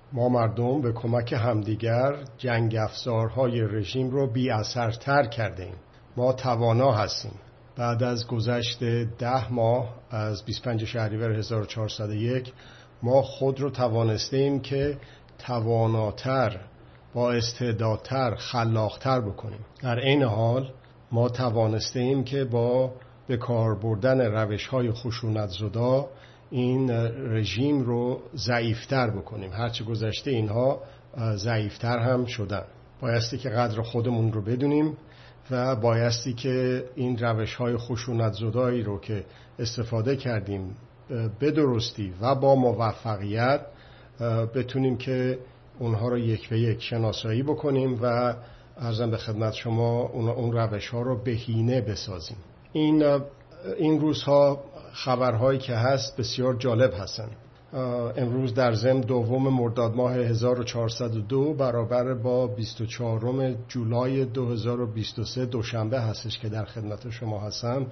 ما مردم به کمک همدیگر جنگ افزارهای رژیم رو بی اثرتر کرده ایم. ما توانا هستیم. بعد از گذشت 10 ماه از 25 شهریور 1401 ما خود رو توانسته ایم که تواناتر، با استعدادتر، خلاقتر بکنیم. در این حال ما توانسته ایم که با به کار بردن روش‌های خشونت‌زدا این رژیم رو ضعیفتر بکنیم. هرچه گذشته اینها ضعیفتر هم شدن. بایستی که قدر خودمون رو بدونیم و بایستی که این روش‌های خشونت‌زدایی رو که استفاده کردیم به درستی و با موفقیت بتونیم که اونها رو یک به یک شناسایی بکنیم و عرضم به خدمت شما اون روش‌ها رو بهینه بسازیم. این روزها خبرهایی که هست بسیار جالب هستن. امروز در ضمن 2 مرداد ماه 1402 برابر با 24 جولای 2023 دوشنبه هستش که در خدمت شما هستم.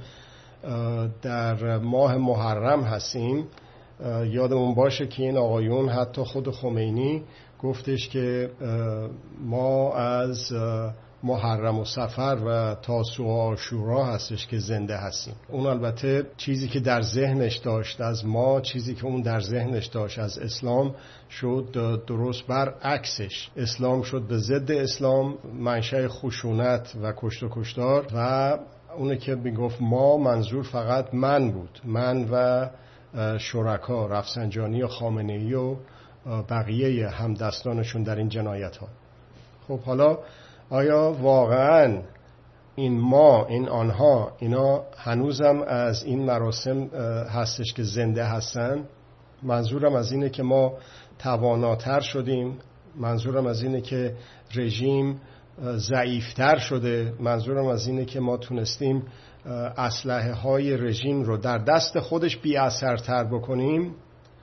در ماه محرم هستیم. یادمون باشه که این آقایون، حتی خود خمینی گفتش که ما از محرم و صفر و تاسوعا و عاشورا هستش که زنده هستیم. اون البته چیزی که در ذهنش داشت از ما، چیزی که اون در ذهنش داشت از اسلام شد درست برعکسش. اسلام شد به ضد اسلام، منشأ خشونت و کشت و کشتار، و اونه که میگفت ما، منظور فقط من بود، من و شرکا رفسنجانی و خامنه‌ای و بقیه همدستانشون در این جنایت ها. خب حالا آیا واقعا این ما، این آنها، اینا هنوزم از این مراسم هستش که زنده هستن؟ منظورم از اینه که ما تواناتر شدیم، منظورم از اینه که رژیم ضعیفتر شده، منظورم از اینه که ما تونستیم اسلحه های رژیم رو در دست خودش بی اثرتر بکنیم.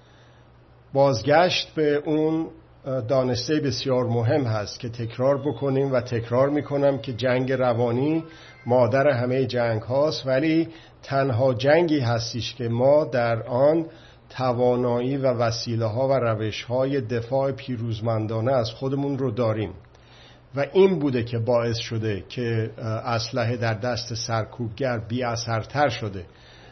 بازگشت به اون دانسته بسیار مهم هست که تکرار بکنیم و تکرار میکنم که جنگ روانی مادر همه جنگ هاست، ولی تنها جنگی هستیش که ما در آن توانایی و وسیله ها و روش های دفاع پیروزمندانه از خودمون رو داریم و این بوده که باعث شده که اسلحه در دست سرکوبگر بی اثرتر شده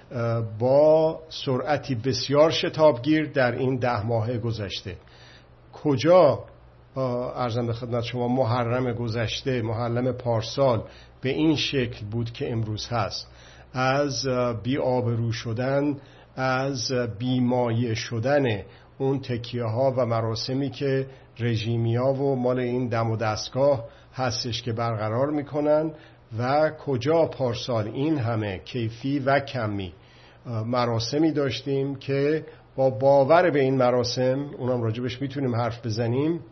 با سرعتی بسیار شتابگیر در این 10 ماه گذشته. کجا عرضم به خدمت شما محرم گذشته، محرم پارسال به این شکل بود که امروز هست؟ از بی آبرو شدن، از بیمایه شدن اون تکیه ها و مراسمی که رژیمی ها و مال این دم و دستگاه هستش که برقرار میکنن، و کجا پارسال این همه کیفی و کمی مراسمی داشتیم که با باور به این مراسم، اونم راجبش میتونیم حرف بزنیم،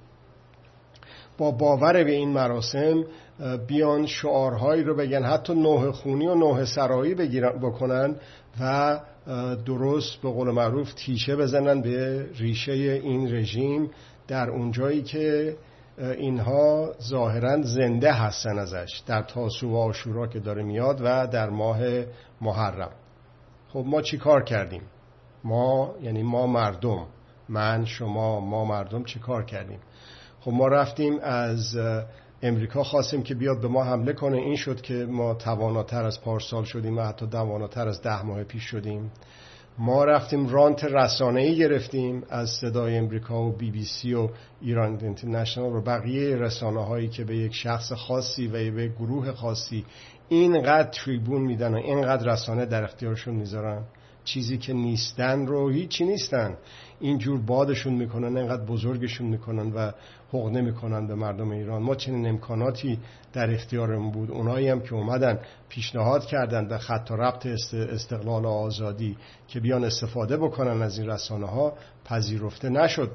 با باور به این مراسم بیان شعارهایی رو بگن، حتی نوحه خونی و نوحه سرایی بکنن و درست به قول معروف تیشه بزنن به ریشه این رژیم در اونجایی که اینها ظاهراً زنده هستن ازش، در تاسوعا و عاشورا که داره میاد و در ماه محرم. خب ما چی کار کردیم؟ ما یعنی ما مردم، من، شما، ما مردم چی کار کردیم؟ خب ما رفتیم از امریکا خواستیم که بیاد به ما حمله کنه. این شد که ما تواناتر از پارسال شدیم و حتی تواناتر از 10 ماه پیش شدیم. ما رفتیم رانت رسانه‌ای گرفتیم از صدای امریکا و BBC و ایران اینترنشنال و بقیه رسانه‌هایی که به یک شخص خاصی و به گروه خاصی اینقدر تریبون میدن و اینقدر رسانه در اختیارشون میذارن، چیزی که نیستن رو هیچی نیستن، اینجور بادشون میکنن، اینقدر بزرگشون میکنن و حقنه میکنن به مردم ایران. ما چنین امکاناتی در اختیارمون بود. اونایی هم که اومدن پیشنهاد کردن به خط و ربط استقلال و آزادی که بیان استفاده بکنن از این رسانه ها، پذیرفته نشد.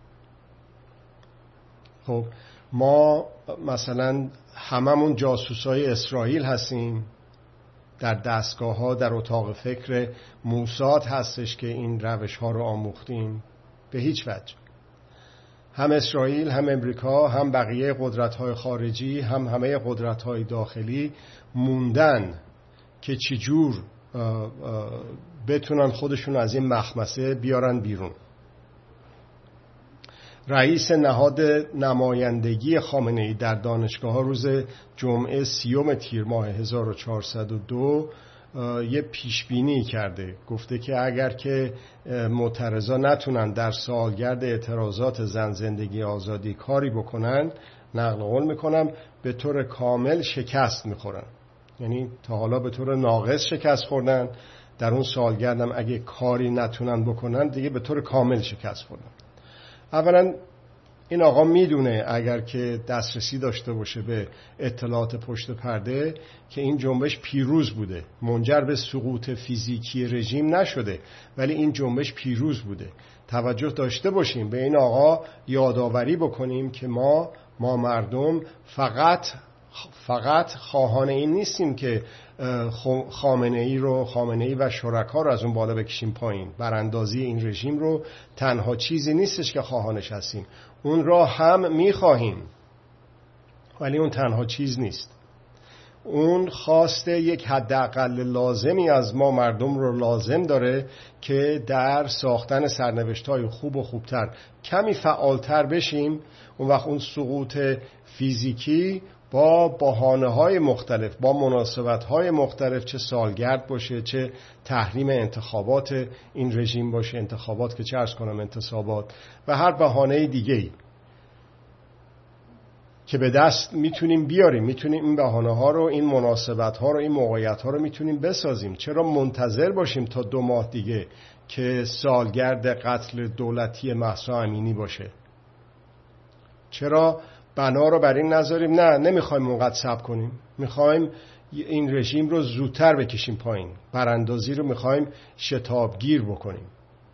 خب ما مثلا هممون جاسوسای اسرائیل هستیم، در دستگاه ها، در اتاق فکر موساد هستش که این روش ها رو آموختیم؟ به هیچ وجه. هم اسرائیل، هم امریکا، هم بقیه قدرت های خارجی، هم همه قدرت های داخلی موندن که چجور بتونن خودشون از این مخمسه بیارن بیرون. رئیس نهاد نمایندگی خامنه‌ای در دانشگاه روز جمعه 30 تیر ماه 1402 یه پیشبینی کرده. گفته که اگر که معترضا نتونن در سالگرد اعتراضات زن زندگی آزادی کاری بکنن، نقل قول میکنم، به طور کامل شکست میخورن. یعنی تا حالا به طور ناقص شکست خوردن، در اون سالگردم اگه کاری نتونن بکنن دیگه به طور کامل شکست خوردن. اولا این آقا میدونه اگر که دسترسی داشته باشه به اطلاعات پشت پرده که این جنبش پیروز بوده، منجر به سقوط فیزیکی رژیم نشده، ولی این جنبش پیروز بوده. توجه داشته باشیم به این آقا، یادآوری بکنیم که ما مردم فقط خواهان این نیستیم که خامنه‌ای و شرکا رو از اون بالا بکشیم پایین. براندازی این رژیم رو تنها چیزی نیستش که خواهانش هستیم، اون را هم میخواهیم، ولی اون تنها چیز نیست. اون خواسته یک حداقل لازمی از ما مردم رو لازم داره که در ساختن سرنوشت‌های خوب و خوبتر کمی فعالتر بشیم. اون وقت اون سقوط فیزیکی با بهانه‌های مختلف، با مناسبت‌های مختلف، چه سالگرد باشه، چه تحریم انتخابات این رژیم باشه، انتخابات که چه عرض کنم انتصابات، و هر بهانه دیگه‌ای که به دست میتونیم بیاریم، میتونیم این بهانه‌ها رو، این مناسبت‌ها رو، این موقعیت‌ها رو میتونیم بسازیم. چرا منتظر باشیم تا 2 ماه دیگه که سالگرد قتل دولتی مهسا امینی باشه؟ چرا بنا رو بر این نذاریم؟ نه، نمیخوایم اونقدر صبر کنیم، میخوایم این رژیم رو زودتر بکشیم پایین، براندازی رو میخوایم شتابگیر بکنیم.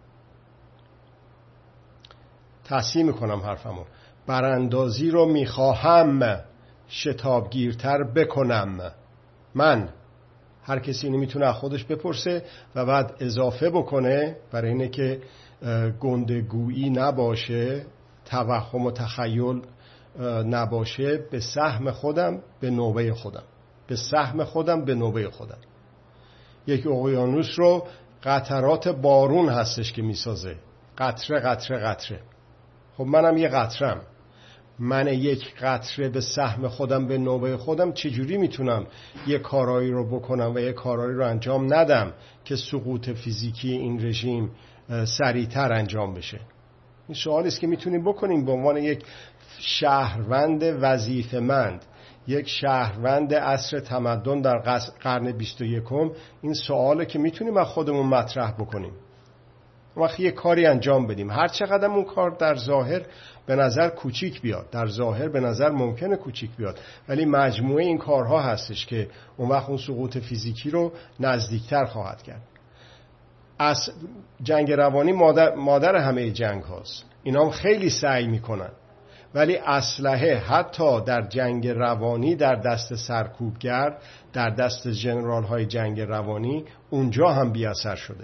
تصحیح میکنم حرفمو، براندازی رو میخواهم شتابگیرتر بکنم. من، هر کسی اینو میتونه از خودش بپرسه و بعد اضافه بکنه برای اینه که گندگویی نباشه، توهم و تخیل نباشه. به سهم خودم به نوبه خودم، به سهم خودم به نوبه خودم. یک اقیانوس رو قطرات بارون هستش که میسازه، قطره قطره قطره. خب منم یه قطرم، من یک قطره به سهم خودم به نوبه خودم چجوری میتونم یه کارایی رو بکنم و یه کارایی رو انجام ندم که سقوط فیزیکی این رژیم سریعتر انجام بشه؟ این سوالی است که میتونیم بکنیم به عنوان یک شهروند وظیفه‌مند، یک شهروند عصر تمدن در قرن 21. این سواله که میتونیم از خودمون مطرح بکنیم. وقتی یه کاری انجام بدیم، هر چقدر اون کار در ظاهر به نظر کوچیک بیاد، در ظاهر به نظر ممکنه کوچیک بیاد، ولی مجموعه این کارها هستش که اون وقت اون سقوط فیزیکی رو نزدیکتر خواهد کرد. از جنگ روانی مادر همه جنگ هاست. اینا هم خیلی سعی میکنن، ولی اسلحه حتی در جنگ روانی در دست سرکوبگر، در دست جنرال های جنگ روانی، اونجا هم بی اثر شده.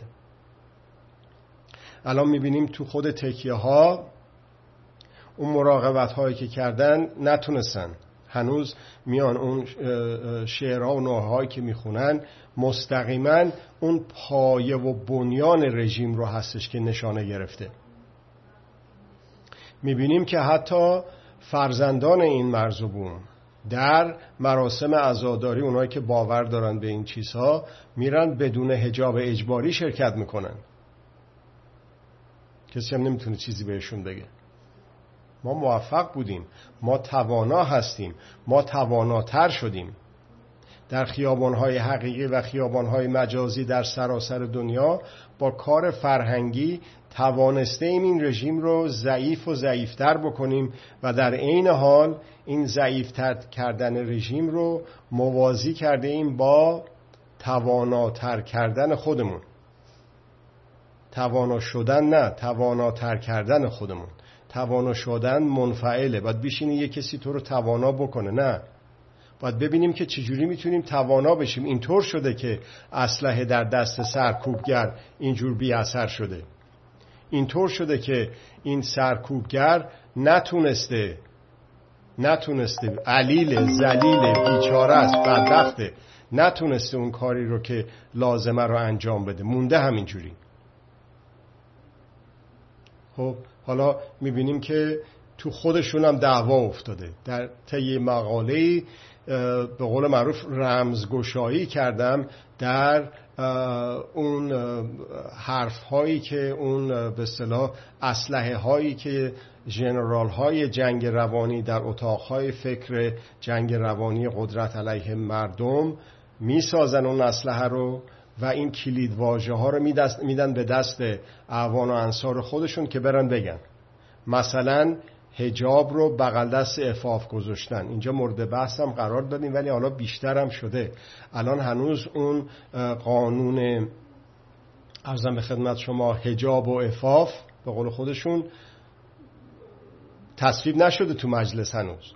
الان میبینیم تو خود تکیه ها اون مراقبت هایی که کردن نتونستن، هنوز میان اون شعرها و نوحه هایی که میخونن مستقیما اون پایه و بنیان رژیم رو هستش که نشانه گرفته. میبینیم که حتی فرزندان این مرز و بوم در مراسم عزاداری، اونایی که باور دارن به این چیزها، میرن بدون حجاب اجباری شرکت میکنن. کسی هم نمیتونه چیزی بهشون بگه. ما موفق بودیم، ما توانا هستیم، ما تواناتر شدیم. در خیابان‌های حقیقی و خیابان‌های مجازی در سراسر دنیا با کار فرهنگی توانسته ایم این رژیم رو ضعیف و ضعیفتر بکنیم و در عین حال این ضعیفتر کردن رژیم رو موازی کرده ایم با تواناتر کردن خودمون. توانا شدن نه، تواناتر کردن خودمون. توانا شدن منفعله، باید بشینی یه کسی تو رو توانا بکنه. نه، باید ببینیم که چجوری میتونیم توانا بشیم. اینطور شده که اسلحه در دست سرکوبگر اینجور بی اثر شده. اینطور شده که این سرکوبگر نتونسته، علیل، ذلیل، بیچاره است، بدبخته، نتونسته اون کاری رو که لازمه رو انجام بده، مونده همینجوری. خب حالا میبینیم که تو خودشون هم دعوا افتاده. در طی مقاله‌ای به قول معروف رمزگشایی کردم در اون حرف هایی که اون به اصطلاح اسلحه هایی که ژنرال های جنگ روانی در اتاق های فکر جنگ روانی قدرت علیه مردم میسازن اون اسلحه رو و این کلید واژه ها رو میدن به دست اعوان و انصار خودشون که برن بگن. مثلا حجاب رو بغل دست عفاف گذاشتن. اینجا مورد بحث هم قرار دادیم ولی حالا بیشتر هم شده. الان هنوز اون قانون عرضم به خدمت شما حجاب و عفاف به قول خودشون تصویب نشده تو مجلس هنوز.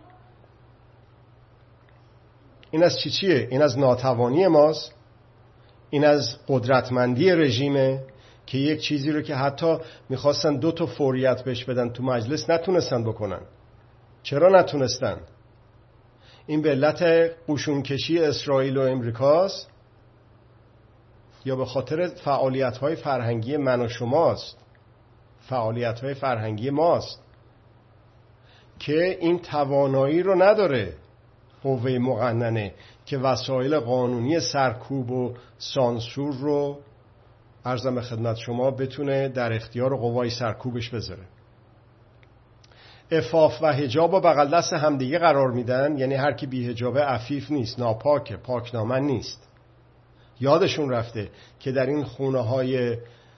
این از چیه؟ این از ناتوانی ماست. این از قدرتمندی رژیمه که یک چیزی رو که حتی میخواستن 2 تا فوریت بهش بدن تو مجلس نتونستن بکنن. چرا نتونستن؟ این به علت قشونکشی اسرائیل و امریکاست یا به خاطر فعالیت‌های فرهنگی من و شماست؟ فعالیت‌های فرهنگی ماست که این توانایی رو نداره قوه مقننه که وسایل قانونی سرکوب و سانسور رو عرضم به خدمت شما بتونه در اختیار قوای سرکوبش بذاره. عفاف و حجاب رو بغل دست همدیگه قرار میدن، یعنی هر کی بی حجابه عفیف نیست، ناپاکه، پاکدامن نیست. یادشون رفته که در این خونه های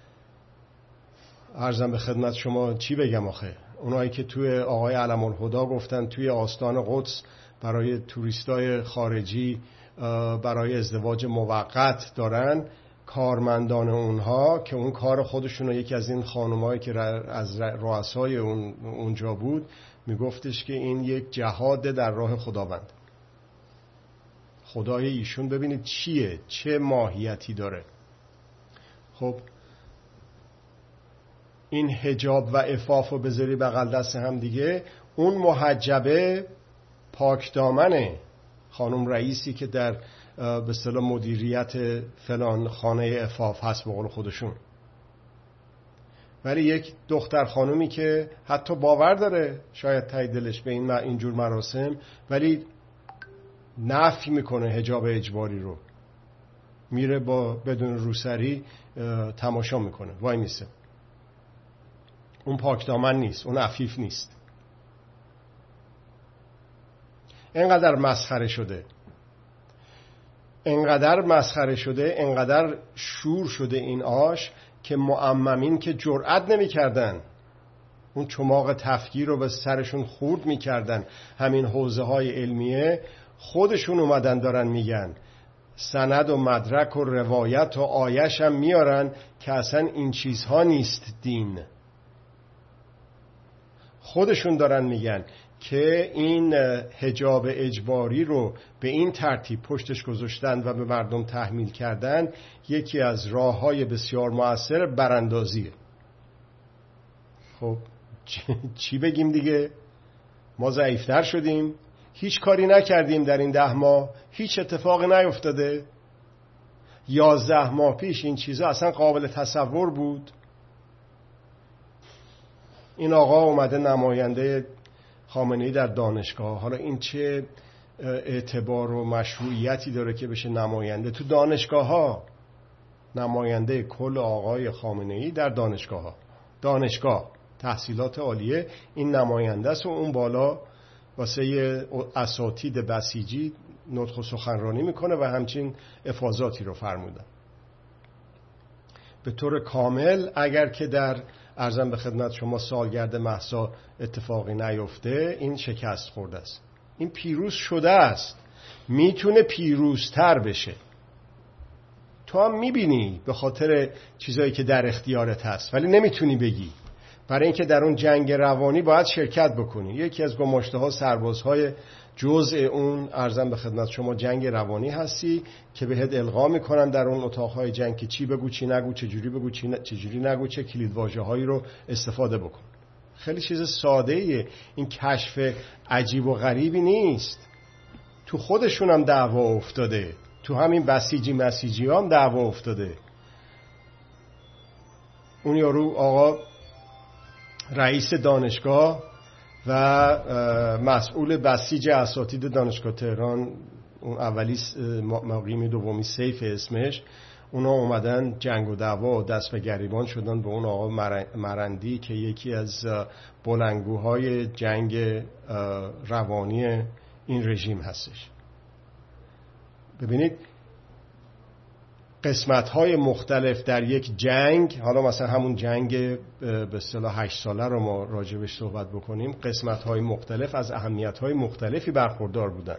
عرضم به خدمت شما چی بگم آخه، اونایی که توی آقای علم الهدی گفتن توی آستان قدس برای توریستای خارجی برای ازدواج موقت دارن، کارمندان اونها که اون کار خودشون رو یکی از این خانمایی که از رؤسای اونجا بود میگفتش که این یک جهاد در راه خداوند. خدای ایشون ببینید چیه، چه ماهیتی داره. خب این حجاب و عفاف رو بذاری بغل دست هم دیگه، اون محجبه پاکدامنه، خانم رئیسی که در به اصطلاح مدیریت فلان خانه عفاف هست به قول خودشون، ولی یک دختر خانومی که حتی باور داره شاید ته دلش به اینجور مراسم ولی نفی میکنه حجاب اجباری رو، میره با بدون روسری تماشا میکنه، وای میسه. اون پاکدامن نیست، اون عفیف نیست. اینقدر مسخره شده، اینقدر مسخره شده، اینقدر شور شده این آش که معممین که جرئت نمی کردن اون چماق تفکیر رو به سرشون خورد می کردن. همین حوزه های علمیه خودشون اومدن دارن میگن، سند و مدرک و روایت و آیش هم میارن که اصلا این چیزها نیست دین. خودشون دارن میگن که این حجاب اجباری رو به این ترتیب پشتش گذاشتن و به مردم تحمیل کردن یکی از راه‌های بسیار مؤثر براندازیه. خب چی بگیم دیگه؟ ما ضعیف‌تر شدیم، هیچ کاری نکردیم در این 10 ماه، هیچ اتفاقی نیفتاده. 11 ماه پیش این چیزا اصلا قابل تصور بود. این آقا اومده نماینده خامنه‌ای در دانشگاه، حالا این چه اعتبار و مشروعیتی داره که بشه نماینده تو دانشگاه ها؟ نماینده کل آقای خامنه‌ای در دانشگاه ها، دانشگاه تحصیلات عالیه، این نماینده است و اون بالا واسه اساتید بسیجی نطق و سخنرانی میکنه و همچین افاضاتی رو فرمودن. به طور کامل اگر که در عرضم به خدمت شما سالگرد مهسا اتفاقی نیفته، این شکست خورده است. این پیروز شده است، میتونه پیروزتر بشه. تو هم میبینی به خاطر چیزایی که در اختیارت هست ولی نمیتونی بگی، برای اینکه در اون جنگ روانی باید شرکت بکنی. یکی از گماشته ها سربازهای جزء اون عرضم به خدمت شما جنگ روانی هستی که بهت القا میکنن در اون اتاقهای جنگ که چی بگو چی نگو، چجوری بگو چجوری نگو، چه کلید واژه‌هایی رو استفاده بکن. خیلی چیز ساده ایه، این کشف عجیب و غریبی نیست. تو خودشون هم دعوا افتاده، تو همین مسیجی هم دعوا افتاده. اون یارو آقا رئیس دانشگاه و مسئول بسیج اساتید دانشگاه تهران، اون اولی مقیم دومی سیف اسمش، اونا اومدن جنگ و دعوا و دست به گریبان شدن به اون آقا مرندی که یکی از بلندگوهای جنگ روانی این رژیم هستش. ببینید قسمت‌های مختلف در یک جنگ، حالا مثلا همون جنگ به اصطلاح 8 ساله رو ما راجبش صحبت بکنیم، قسمت‌های مختلف از اهمیت‌های مختلفی برخوردار بودن.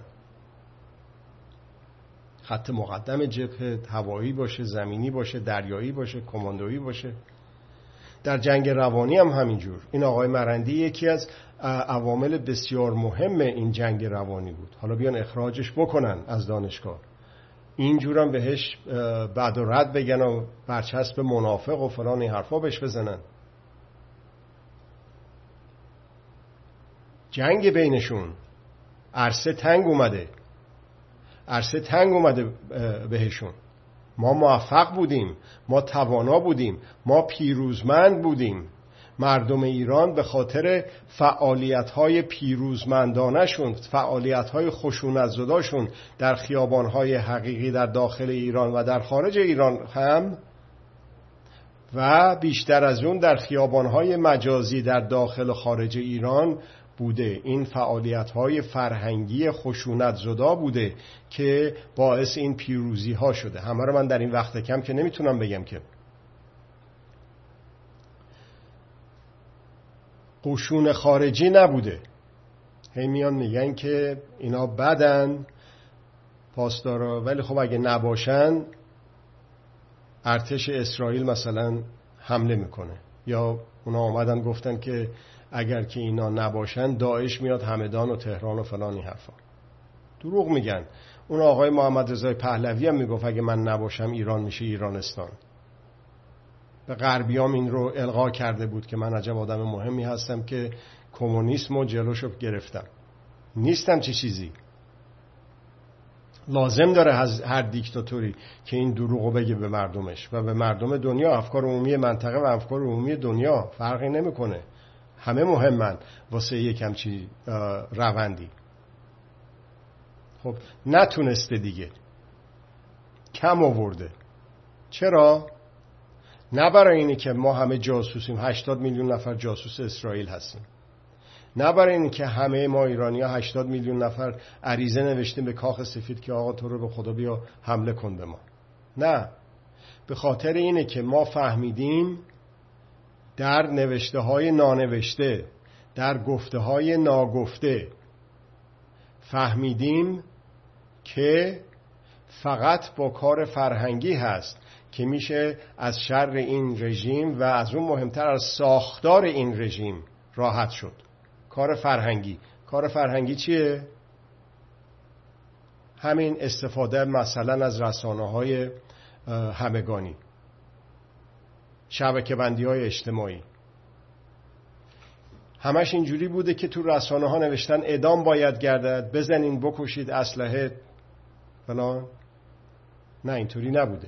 خط مقدم جبهه هوایی باشه، زمینی باشه، دریایی باشه، کماندویی باشه. در جنگ روانی هم همینجور. این آقای مرندی یکی از عوامل بسیار مهم این جنگ روانی بود. حالا بیان اخراجش بکنن از دانشگاه، اینجور هم بهش بعد و رد بگن و برچسب منافق و فلان این حرفا بهش بزنن. جنگ بینشون، عرصه تنگ اومده بهشون. ما موفق بودیم، ما توانا بودیم، ما پیروزمند بودیم. مردم ایران به خاطر فعالیت‌های پیروزمندانه‌شون، فعالیت‌های خشونت‌زداشون در خیابان‌های حقیقی در داخل ایران و در خارج ایران هم و بیشتر از اون در خیابان‌های مجازی در داخل و خارج ایران بوده. این فعالیت‌های فرهنگی خشونت‌زدا بوده که باعث این پیروزی‌ها شده. همه رو من در این وقت کم که نمیتونم بگم که قشون خارجی نبوده. هی میان میگن که اینا بدن پاسدارا، ولی خب اگه نباشن ارتش اسرائیل مثلا حمله میکنه، یا اونا آمدن گفتن که اگر که اینا نباشن داعش میاد همدان و تهران و فلانی حرفا. دروغ میگن. اون آقای محمد رضای پهلوی هم میگفت اگه من نباشم ایران میشه ایرانستان. به غربیام این رو القا کرده بود که من عجب آدم مهمی هستم که کمونیسم و جلوشو گرفتم. نیستم چه چیزی. لازم داره هر دیکتاتوری که این دروغو بگه به مردمش و به مردم دنیا. افکار عمومی منطقه و افکار عمومی دنیا فرقی نمیکنه، همه مهمن واسه یک همچی روندی. خب نتونسته دیگه، کم آورده. چرا؟ نه برای اینی که ما همه جاسوسیم، 80 میلیون نفر جاسوس اسرائیل هستیم، نه برای اینی که همه ما ایرانی‌ها 80 میلیون نفر عریضه نوشتیم به کاخ سفید که آقا تو رو به خدا بیا حمله کن به ما. نه، به خاطر اینه که ما فهمیدیم در نوشته های نانوشته، در گفته های ناگفته، فهمیدیم که فقط با کار فرهنگی هست که میشه از شر این رژیم و از اون مهمتر از ساختار این رژیم راحت شد. کار فرهنگی. کار فرهنگی چیه؟ همین استفاده مثلا از رسانه‌های همگانی، شبکه‌بندی‌های اجتماعی. همش اینجوری بوده که تو رسانه‌ها نوشتن اعدام باید گردد، بزنین بکشید، اسلحه فلان. نه، اینطوری نبوده.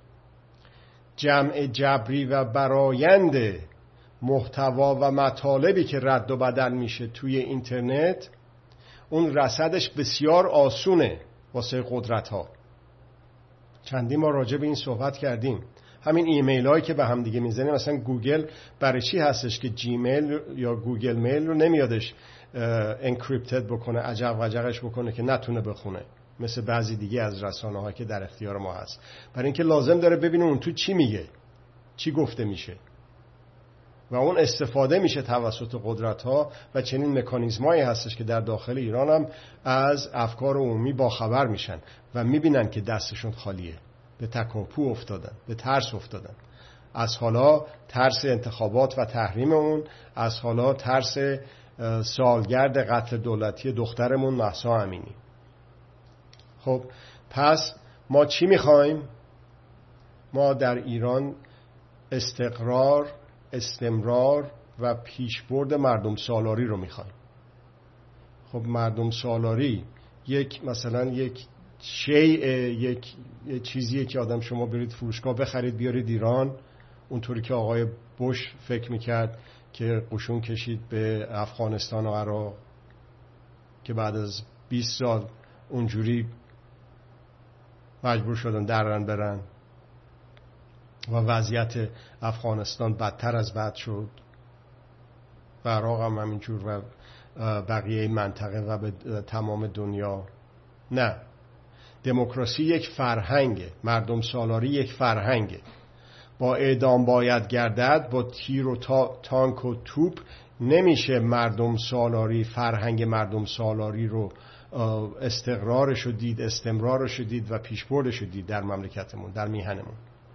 جمع جبری و برآیند محتوا و مطالبی که رد و بدل میشه توی اینترنت، اون رصدش بسیار آسونه واسه قدرت ها. چندین ما راجع به این صحبت کردیم. همین ایمیل هایی که به هم دیگه میزنیم، مثلا گوگل برای چی هستش که جیمیل یا گوگل میل رو نمیادش انکریپتد بکنه، عجق وجقش بکنه که نتونه بخونه، مثل بعضی دیگه از رسانه ها که در اختیار ما هست. برای اینکه لازم داره ببینه اون تو چی میگه، چی گفته میشه و اون استفاده میشه توسط قدرت ها. و چنین مکانیزمایی هستش که در داخل ایران هم از افکار عمومی باخبر میشن و میبینن که دستشون خالیه، به تکاپو افتادن، به ترس افتادن. از حالا ترس انتخابات و تحریم اون، از حالا ترس سالگرد قتل دولتی دخترمون مهسا امینی. خب پس ما چی میخوایم؟ ما در ایران استقرار، استمرار و پیشبرد مردم سالاری رو میخوایم. خب مردم سالاری مثلا یک یک چیزیه که آدم شما برید فروشگاه بخرید بیارید ایران، اونطوری که آقای بوش فکر میکرد که قشون کشید به افغانستان و عراق که بعد از 20 سال اونجوری مجبور شدن درن برن و وضعیت افغانستان بدتر از بد شد و عراق هم همینجور و بقیه منطقه و به تمام دنیا. نه، دموکراسی یک فرهنگه، مردم سالاری یک فرهنگه. با اعدام باید گردد، با تیر و تانک و توپ نمیشه مردم سالاری، فرهنگ مردم سالاری رو استقرارش رو دید، استمرارش رو دید و پیشبردش رو دید در مملکتمون، در میهنمون.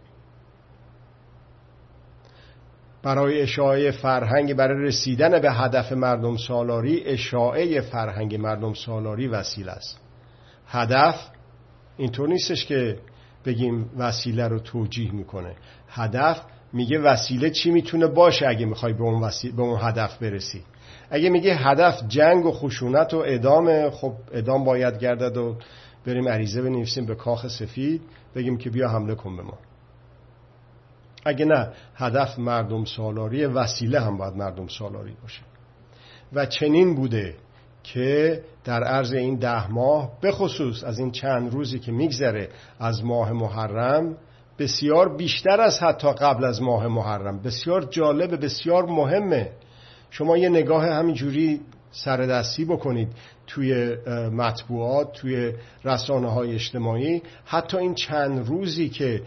برای اشاعه فرهنگ، برای رسیدن به هدف مردم سالاری، اشاعه فرهنگ مردم سالاری وسیله است. هدف اینطور نیستش که بگیم وسیله رو توجیه میکنه. هدف میگه وسیله چی میتونه باشه اگه میخوای به اون هدف برسی. اگه میگه هدف جنگ و خشونت و اعدام، خب اعدام باید گردد و بریم عریضه بنویسیم به کاخ سفید بگیم که بیا حمله کن به ما. اگه نه هدف مردم سالاری، وسیله هم باید مردم سالاری باشه. و چنین بوده که در عرض این 10 ماه، به خصوص از این چند روزی که میگذره از ماه محرم، بسیار بیشتر از حتی قبل از ماه محرم، بسیار جالبه، بسیار مهمه. شما یه نگاه همینجوری سردستی بکنید توی مطبوعات، توی رسانه‌های اجتماعی. حتی این چند روزی که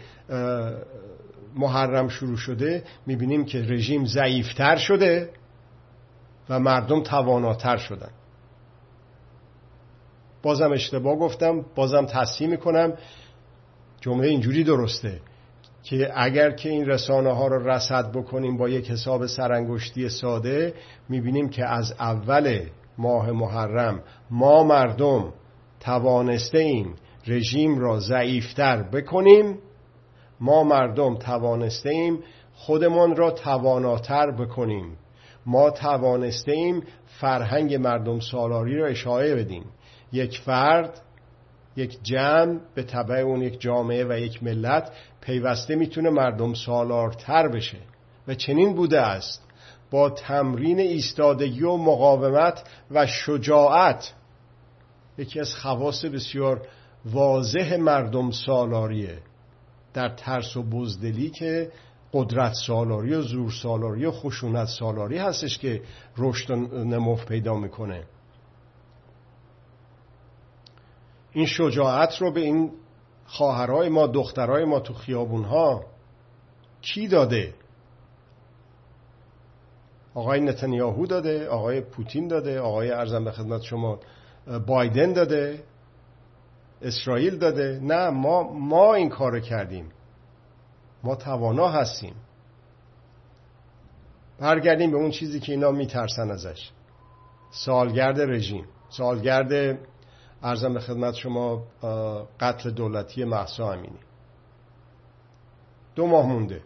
محرم شروع شده میبینیم که رژیم ضعیفتر شده و مردم تواناتر شدن. بازم اشتباه گفتم، بازم تصحیح میکنم، جمله اینجوری درسته که اگر که این رسانه ها رو رصد بکنیم با یک حساب سرانگشتی ساده، میبینیم که از اول ماه محرم ما مردم توانسته ایم رژیم را ضعیفتر بکنیم، ما مردم توانسته ایم خودمان را تواناتر بکنیم، ما توانسته ایم فرهنگ مردم سالاری را اشاعه بدیم. یک فرد، یک جمع، به تبع اون یک جامعه و یک ملت پیوسته میتونه مردم سالارتر بشه و چنین بوده است. با تمرین ایستادگی و مقاومت و شجاعت، یکی از خواص بسیار واضح مردم سالاریه در ترس و بزدلی که قدرت سالاری و زور سالاری و خشونت سالاری هستش که رشد و نمو پیدا میکنه. این شجاعت رو به این خواهرای ما، دخترای ما تو خیابونها کی داده؟ آقای نتانیاهو داده، آقای پوتین داده، آقای ارزم به خدمت شما بایدن داده، اسرائیل داده؟ نه، ما این کارو کردیم. ما توانا هستیم. برگردیم به اون چیزی که اینا میترسن ازش. سالگرد رژیم، سالگرد ارزم به خدمت شما قتل دولتی مهسا امینی. 2 ماه مونده.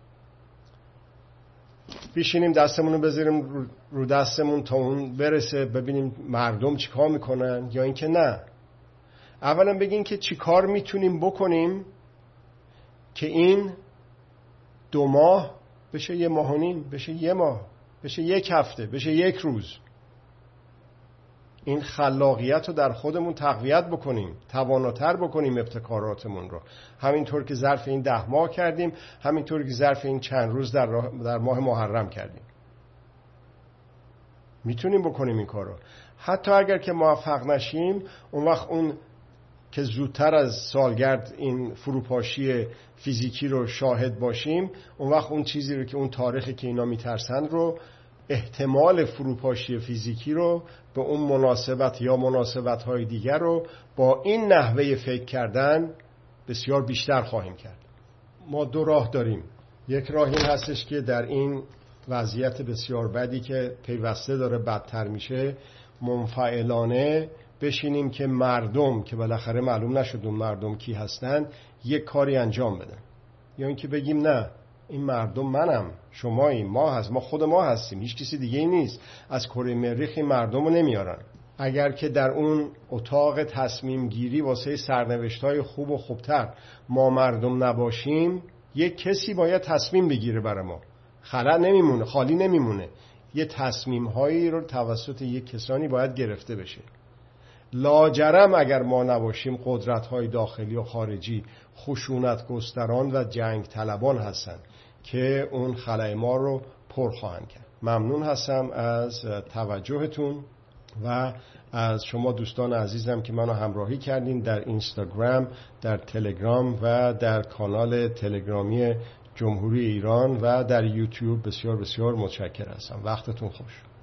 بشینیم دستمون رو بذاریم رو دستمون تا اون برسه ببینیم مردم چی کار میکنن یا اینکه نه. اولا بگین که چی کار میتونیم بکنیم که این 2 ماه بشه 1.5 ماه، بشه 1 ماه، بشه 1 هفته، بشه 1 روز. این خلاقیت رو در خودمون تقویت بکنیم، تواناتر بکنیم ابتکاراتمون رو. همینطور که ظرف این 10 ماه کردیم، همینطور که ظرف این چند روز در ماه محرم کردیم. میتونیم بکنیم این کار رو. حتی اگر که موفق نشیم، اون وقت اون که زودتر از سالگرد این فروپاشی فیزیکی رو شاهد باشیم، اون وقت اون چیزی رو که اون تاریخی که اینا میترسن رو، احتمال فروپاشی فیزیکی رو به اون مناسبت یا مناسبت‌های دیگر رو با این نحوه فکر کردن بسیار بیشتر خواهیم کرد. ما 2 راه داریم. یک راه این هستش که در این وضعیت بسیار بدی که پیوسته داره بدتر میشه، منفعلانه بشینیم که مردم که بالاخره معلوم نشد اون مردم کی هستن یک کاری انجام بدن، یا اینکه بگیم نه، این مردم منم، شماییم، ما خود ما هستیم، هیچ کسی دیگه ای نیست، از کره مریخ این مردم رو نمیارن. اگر که در اون اتاق تصمیم گیری واسه سرنوشت‌های خوب و خوبتر ما مردم نباشیم، یک کسی باید تصمیم بگیره برای ما. خلا نمیمونه، خالی نمیمونه. یه تصمیم هایی رو توسط یه کسانی باید گرفته بشه. لاجرم اگر ما نباشیم قدرت های داخلی و خارجی خشونت گستران و جنگ طلبان هستن که اون خلای ما رو پر خواهند کرد. ممنون هستم از توجهتون و از شما دوستان عزیزم که منو همراهی کردین در اینستاگرام، در تلگرام و در کانال تلگرامی جمهوری ایران و در یوتیوب. بسیار بسیار متشکرم هستم. وقتتون خوش.